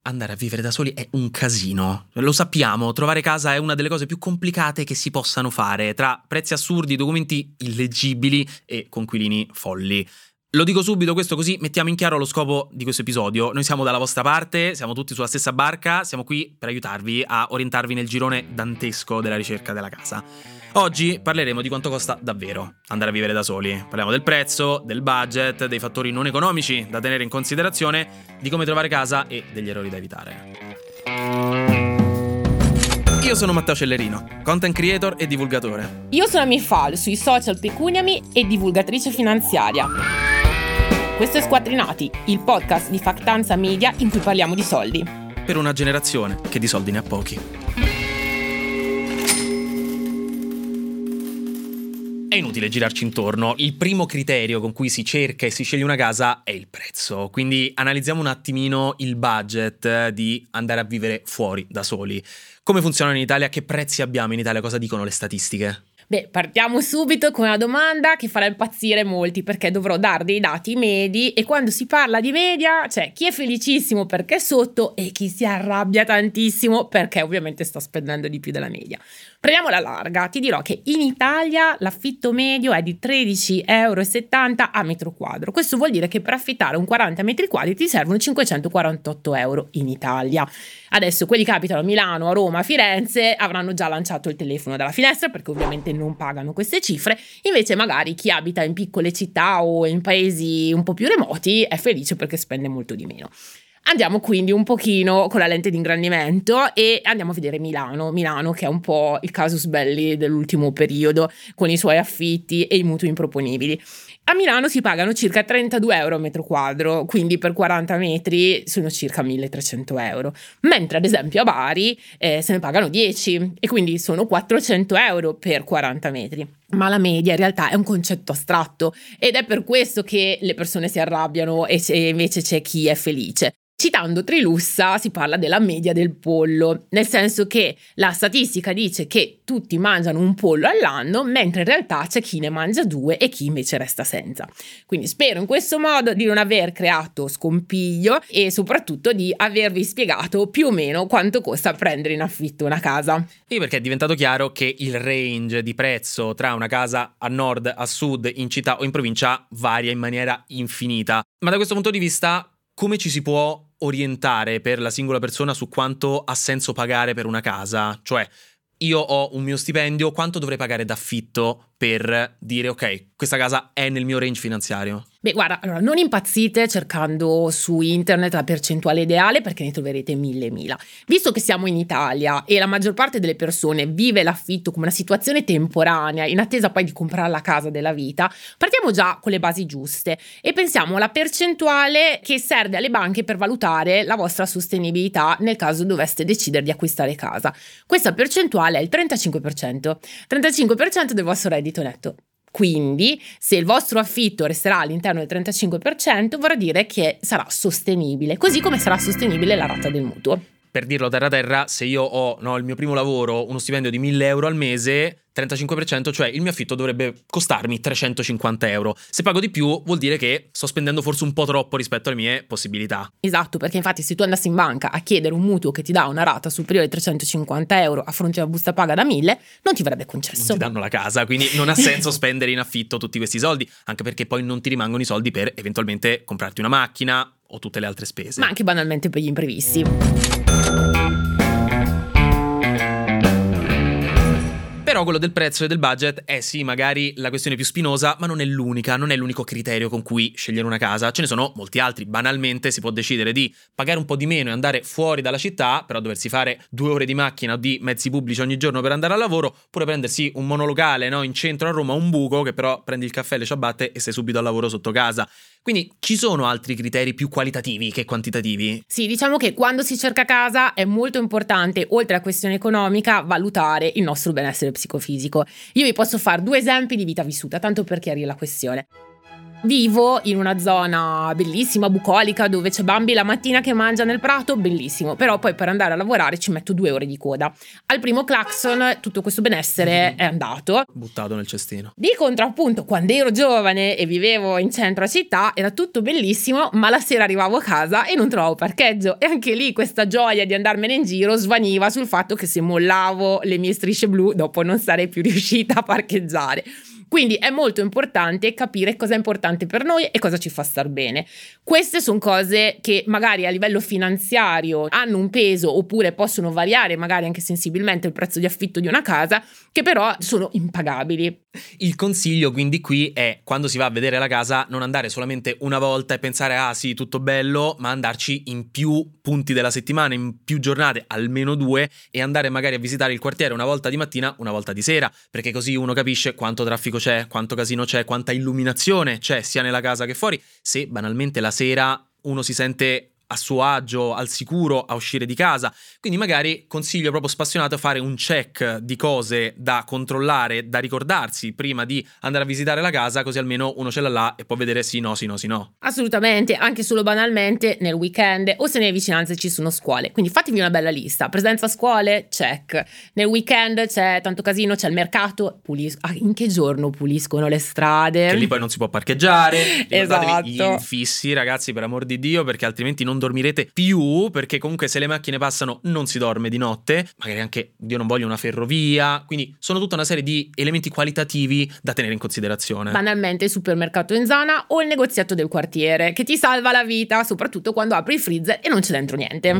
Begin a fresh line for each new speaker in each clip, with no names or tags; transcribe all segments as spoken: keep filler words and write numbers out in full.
andare a vivere da soli è un casino. Lo sappiamo, trovare casa è una delle cose più complicate che si possano fare, tra prezzi assurdi, documenti illeggibili e coinquilini folli. Lo dico subito questo così mettiamo in chiaro lo scopo di questo episodio. Noi siamo dalla vostra parte, siamo tutti sulla stessa barca, siamo qui per aiutarvi a orientarvi nel girone dantesco della ricerca della casa. Oggi parleremo di quanto costa davvero andare a vivere da soli. Parliamo del prezzo, del budget, dei fattori non economici da tenere in considerazione, di come trovare casa e degli errori da evitare. Io sono Matteo Cellerino, content creator e divulgatore.
Io sono Mifal, sui social Pecuniami e divulgatrice finanziaria. Questo è Squattrinati, il podcast di Factanza Media in cui parliamo di soldi.
Per una generazione che di soldi ne ha pochi. È inutile girarci intorno, il primo criterio con cui si cerca e si sceglie una casa è il prezzo, quindi analizziamo un attimino il budget di andare a vivere fuori da soli. Come funziona in Italia? Che prezzi abbiamo in Italia? Cosa dicono le statistiche?
Beh, partiamo subito con una domanda che farà impazzire molti perché dovrò dare dei dati medi e quando si parla di media c'è chi è felicissimo perché è sotto e chi si arrabbia tantissimo perché ovviamente sta spendendo di più della media. Prendiamo la larga, ti dirò che in Italia l'affitto medio è di tredici virgola settanta euro a metro quadro. Questo vuol dire che per affittare un quaranta metri quadri ti servono cinquecentoquarantotto euro in Italia. Adesso quelli che abitano a Milano, a Roma, a Firenze avranno già lanciato il telefono dalla finestra perché ovviamente non pagano queste cifre, invece magari chi abita in piccole città o in paesi un po' più remoti è felice perché spende molto di meno. Andiamo quindi un pochino con la lente di ingrandimento e andiamo a vedere Milano, Milano che è un po' il casus belli dell'ultimo periodo con i suoi affitti e i mutui improponibili. A Milano si pagano circa trentadue euro a metro quadro, quindi per quaranta metri sono circa milletrecento euro, mentre ad esempio a Bari eh, se ne pagano dieci e quindi sono quattrocento euro per quaranta metri. Ma la media in realtà è un concetto astratto ed è per questo che le persone si arrabbiano e invece c'è chi è felice. Citando Trilussa si parla della media del pollo, nel senso che la statistica dice che tutti mangiano un pollo all'anno, mentre in realtà c'è chi ne mangia due e chi invece resta senza. Quindi spero in questo modo di non aver creato scompiglio e soprattutto di avervi spiegato più o meno quanto costa prendere in affitto una casa.
Sì, perché è diventato chiaro che il range di prezzo tra una casa a nord, a sud, in città o in provincia varia in maniera infinita. Ma da questo punto di vista, come ci si può orientare per la singola persona su quanto ha senso pagare per una casa? Cioè, io ho un mio stipendio, quanto dovrei pagare d'affitto per dire ok, questa casa è nel mio range finanziario?
Beh, guarda, allora non impazzite cercando su internet la percentuale ideale perché ne troverete mille e mila. Visto che siamo in Italia e la maggior parte delle persone vive l'affitto come una situazione temporanea in attesa poi di comprare la casa della vita, partiamo già con le basi giuste e pensiamo alla percentuale che serve alle banche per valutare la vostra sostenibilità nel caso doveste decidere di acquistare casa. Questa percentuale è il trentacinque per cento, trentacinque per cento del vostro reddito netto. Quindi, se il vostro affitto resterà all'interno del trentacinque per cento, vorrà dire che sarà sostenibile, così come sarà sostenibile la rata del mutuo.
Per dirlo terra terra, se io ho no, il mio primo lavoro, uno stipendio di mille euro al mese, trentacinque per cento, cioè il mio affitto dovrebbe costarmi trecentocinquanta euro. Se pago di più vuol dire che sto spendendo forse un po' troppo rispetto alle mie possibilità.
Esatto, perché infatti se tu andassi in banca a chiedere un mutuo che ti dà una rata superiore ai trecentocinquanta euro a fronte a una busta paga da mille, non ti verrebbe concesso.
Non ti danno la casa, quindi non ha senso spendere in affitto tutti questi soldi, anche perché poi non ti rimangono i soldi per eventualmente comprarti una macchina o tutte le altre spese.
Ma anche banalmente per gli imprevisti.
Però quello del prezzo e del budget è sì magari la questione più spinosa, ma non è l'unica, non è l'unico criterio con cui scegliere una casa. Ce ne sono molti altri. Banalmente si può decidere di pagare un po' di meno e andare fuori dalla città, però doversi fare due ore di macchina o di mezzi pubblici ogni giorno per andare al lavoro, oppure prendersi un monolocale, no, in centro a Roma, un buco, che però prendi il caffè, le ciabatte e sei subito al lavoro sotto casa. Quindi ci sono altri criteri più qualitativi che quantitativi?
Sì, diciamo che quando si cerca casa è molto importante, oltre alla questione economica, valutare il nostro benessere psicofisico. Io vi posso fare due esempi di vita vissuta, tanto per chiarire la questione. Vivo in una zona bellissima, bucolica, dove c'è Bambi la mattina che mangia nel prato, bellissimo, però poi per andare a lavorare ci metto due ore di coda. Al primo clacson tutto questo benessere è andato.
Buttato nel cestino.
Di contrappunto, quando ero giovane e vivevo in centro a città, era tutto bellissimo, ma la sera arrivavo a casa e non trovavo parcheggio. E anche lì questa gioia di andarmene in giro svaniva sul fatto che se mollavo le mie strisce blu, dopo non sarei più riuscita a parcheggiare. Quindi è molto importante capire cosa è importante per noi e cosa ci fa star bene. Queste sono cose che magari a livello finanziario hanno un peso, oppure possono variare magari anche sensibilmente il prezzo di affitto di una casa, che però sono impagabili.
Il consiglio quindi qui è, quando si va a vedere la casa, non andare solamente una volta e pensare ah sì, tutto bello, ma andarci in più punti della settimana, in più giornate, almeno due, e andare magari a visitare il quartiere una volta di mattina, una volta di sera, perché così uno capisce quanto traffico c'è, quanto casino c'è, quanta illuminazione c'è sia nella casa che fuori, se banalmente la sera uno si sente a suo agio, al sicuro a uscire di casa. Quindi magari consiglio proprio spassionato fare un check di cose da controllare, da ricordarsi prima di andare a visitare la casa, così almeno uno ce l'ha là e può vedere sì, no, sì, no, sì, no.
Assolutamente, anche solo banalmente nel weekend o se nelle vicinanze ci sono scuole. Quindi fatevi una bella lista. Presenza scuole, check. Nel weekend c'è tanto casino, c'è il mercato, pulis- ah, in che giorno puliscono le strade?
Che lì poi non si può parcheggiare. Ricordatevi
Esatto.
gli infissi, ragazzi, per amor di Dio, perché altrimenti non dormirete più, perché comunque se le macchine passano non si dorme di notte, magari anche, Dio non voglia, una ferrovia, quindi sono tutta una serie di elementi qualitativi da tenere in considerazione.
Banalmente il supermercato in zona o il negozietto del quartiere, che ti salva la vita, soprattutto quando apri il freezer e non c'è dentro niente.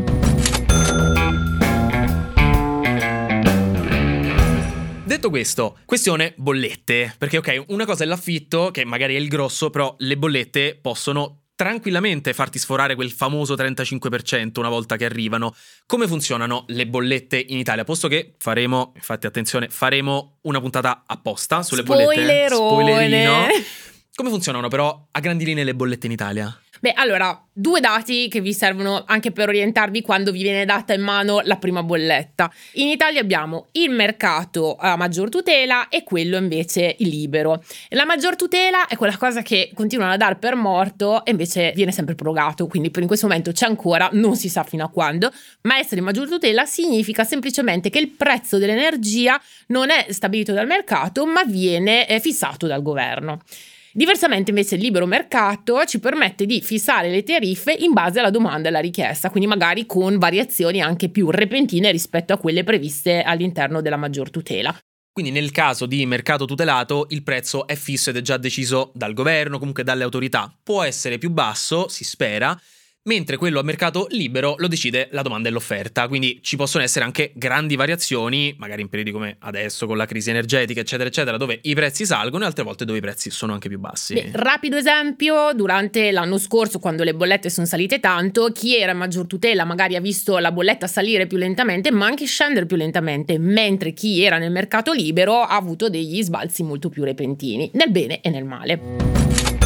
Detto questo, questione bollette, perché ok, una cosa è l'affitto, che magari è il grosso, però le bollette possono tranquillamente farti sforare quel famoso trentacinque per cento una volta che arrivano. Come funzionano le bollette in Italia? Posto che faremo, infatti attenzione, faremo una puntata apposta sulle bollette.
Spoilerone!
Spoilerino. Come funzionano però a grandi linee le bollette in Italia?
Beh, allora, due dati che vi servono anche per orientarvi quando vi viene data in mano la prima bolletta. In Italia abbiamo il mercato a maggior tutela e quello invece il libero. La maggior tutela è quella cosa che continuano a dar per morto e invece viene sempre prorogato, quindi per in questo momento c'è ancora, non si sa fino a quando, ma essere in maggior tutela significa semplicemente che il prezzo dell'energia non è stabilito dal mercato, ma viene eh, fissato dal governo. Diversamente invece il libero mercato ci permette di fissare le tariffe in base alla domanda e alla richiesta, quindi magari con variazioni anche più repentine rispetto a quelle previste all'interno della maggior tutela.
Quindi nel caso di mercato tutelato il prezzo è fisso ed è già deciso dal governo, comunque dalle autorità. Può essere più basso, si spera, mentre quello a mercato libero lo decide la domanda e l'offerta, quindi ci possono essere anche grandi variazioni, magari in periodi come adesso con la crisi energetica eccetera eccetera, dove i prezzi salgono e altre volte dove i prezzi sono anche più bassi.
Beh, rapido esempio, durante l'anno scorso quando le bollette sono salite tanto, chi era in maggior tutela magari ha visto la bolletta salire più lentamente ma anche scendere più lentamente, mentre chi era nel mercato libero ha avuto degli sbalzi molto più repentini, nel bene e nel male.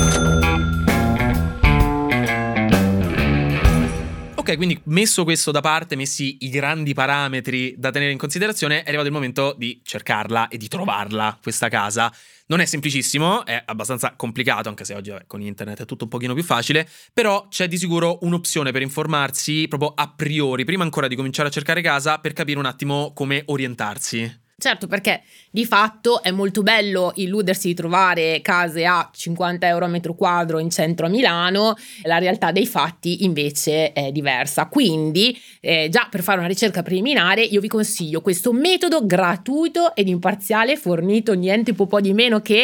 Ok, quindi messo questo da parte, messi i grandi parametri da tenere in considerazione, è arrivato il momento di cercarla e di trovarla, questa casa. Non è semplicissimo, è abbastanza complicato, anche se oggi vabbè, con internet è tutto un pochino più facile, però c'è di sicuro un'opzione per informarsi proprio a priori, prima ancora di cominciare a cercare casa, per capire un attimo come orientarsi.
Certo, perché di fatto è molto bello illudersi di trovare case a cinquanta euro a metro quadro in centro a Milano, la realtà dei fatti invece è diversa. Quindi eh, già per fare una ricerca preliminare io vi consiglio questo metodo gratuito ed imparziale fornito niente po' di meno che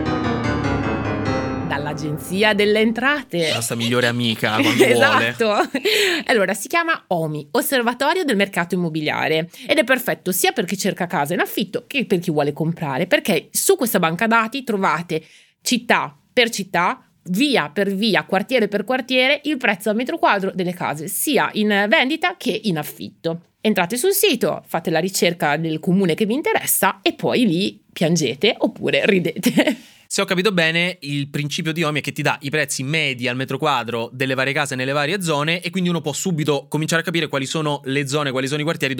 dall'Agenzia delle Entrate,
La nostra migliore amica quando
esatto.
vuole.
Allora si chiama O M I, Osservatorio del Mercato Immobiliare, ed è perfetto sia per chi cerca casa in affitto che per chi vuole comprare, perché su questa banca dati trovate città per città, via per via, quartiere per quartiere, il prezzo a metro quadro delle case, sia in vendita che in affitto. Entrate sul sito, fate la ricerca del comune che vi interessa e poi lì piangete oppure ridete.
Se ho capito bene, il principio di O M I è che ti dà i prezzi medi al metro quadro delle varie case nelle varie zone e quindi uno può subito cominciare a capire quali sono le zone, quali sono i quartieri dove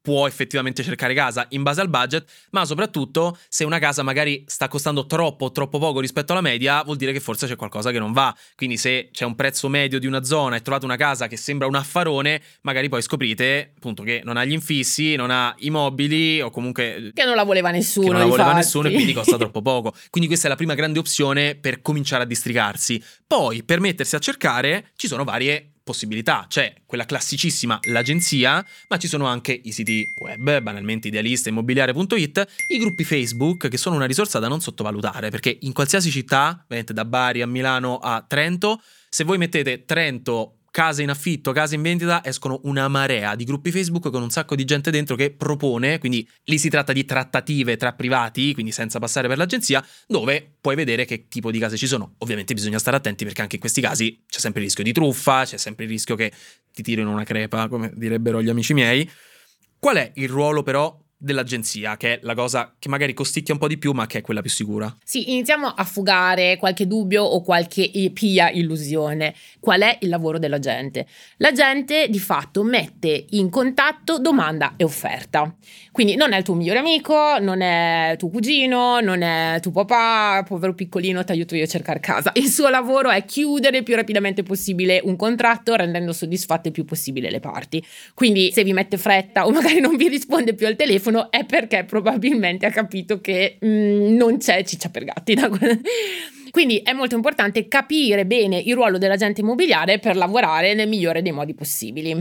può effettivamente cercare casa in base al budget, ma soprattutto se una casa magari sta costando troppo o troppo poco rispetto alla media, vuol dire che forse c'è qualcosa che non va. Quindi se c'è un prezzo medio di una zona e trovate una casa che sembra un affarone, magari poi scoprite appunto che non ha gli infissi, non ha i mobili o comunque
che non la voleva nessuno,
che non la voleva
infatti.
nessuno e quindi costa troppo poco. Quindi questa è la prima grande opzione per cominciare a districarsi. Poi per mettersi a cercare ci sono varie possibilità, c'è quella classicissima, l'agenzia, ma ci sono anche i siti web, banalmente idealista immobiliare punto it, i gruppi Facebook, che sono una risorsa da non sottovalutare, perché in qualsiasi città, vedete, da Bari a Milano a Trento, se voi mettete Trento case in affitto, case in vendita, escono una marea di gruppi Facebook con un sacco di gente dentro che propone, quindi lì si tratta di trattative tra privati, quindi senza passare per l'agenzia, dove puoi vedere che tipo di case ci sono. Ovviamente bisogna stare attenti perché anche in questi casi c'è sempre il rischio di truffa, c'è sempre il rischio che ti tirino una crepa, come direbbero gli amici miei. Qual è il ruolo però dell'agenzia, che è la cosa che magari costicchia un po' di più ma che è quella più sicura?
Sì, iniziamo a fugare qualche dubbio o qualche pia illusione. Qual è il lavoro dell'agente? L'agente di fatto mette in contatto domanda e offerta. Quindi non è il tuo migliore amico, non è tuo cugino, non è tuo papà, povero piccolino, ti aiuto io a cercare casa. Il suo lavoro è chiudere il più rapidamente possibile un contratto rendendo soddisfatte il più possibile le parti. Quindi se vi mette fretta o magari non vi risponde più al telefono è perché probabilmente ha capito che mh, non c'è ciccia per gatti. Quindi è molto importante capire bene il ruolo dell'agente immobiliare per lavorare nel migliore dei modi possibili.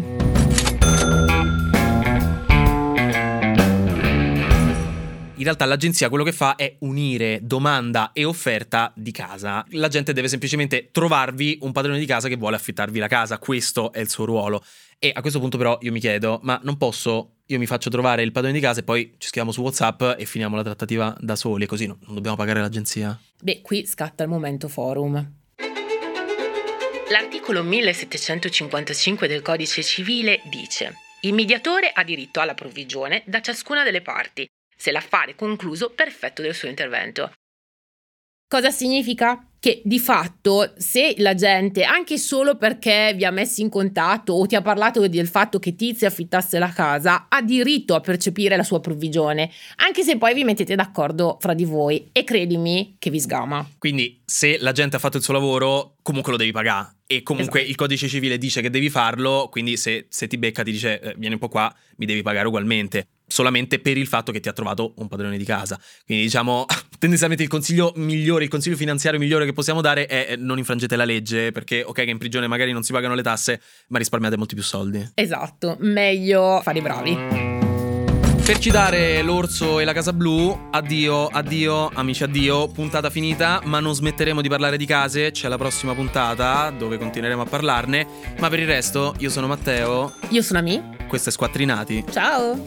In realtà l'agenzia quello che fa è unire domanda e offerta di casa. La gente deve semplicemente trovarvi un padrone di casa che vuole affittarvi la casa, questo è il suo ruolo. E a questo punto però io mi chiedo, ma non posso, io mi faccio trovare il padrone di casa e poi ci scriviamo su WhatsApp e finiamo la trattativa da soli, così no, non dobbiamo pagare l'agenzia?
Beh, qui scatta il momento forum. L'articolo millesettecentocinquantacinque del Codice Civile dice: il mediatore ha diritto alla provvigione da ciascuna delle parti, se l'affare è concluso per effetto del suo intervento. Cosa significa? Che di fatto se la gente, anche solo perché vi ha messi in contatto o ti ha parlato del fatto che Tizia affittasse la casa, ha diritto a percepire la sua provvigione, anche se poi vi mettete d'accordo fra di voi, e credimi che vi sgama.
Quindi se la gente ha fatto il suo lavoro, comunque lo devi pagare. E comunque esatto. Il codice civile dice che devi farlo, quindi se, se ti becca ti dice eh, vieni un po' qua, mi devi pagare ugualmente, solamente per il fatto che ti ha trovato un padrone di casa. Quindi diciamo tendenzialmente il consiglio migliore, il consiglio finanziario migliore che possiamo dare è non infrangete la legge, perché ok che in prigione magari non si pagano le tasse, ma risparmiate molti più soldi.
Esatto, meglio fare i bravi.
Per citare l'orso e la casa blu, addio, addio, amici, addio, puntata finita, ma non smetteremo di parlare di case, c'è la prossima puntata dove continueremo a parlarne, ma per il resto io sono Matteo.
Io sono Ami.
Questo è Squattrinati.
Ciao!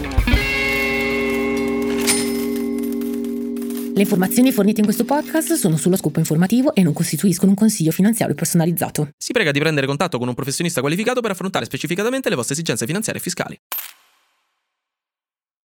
Le informazioni fornite in questo podcast sono sullo scopo informativo e non costituiscono un consiglio finanziario personalizzato.
Si prega di prendere contatto con un professionista qualificato per affrontare specificatamente le vostre esigenze finanziarie e fiscali.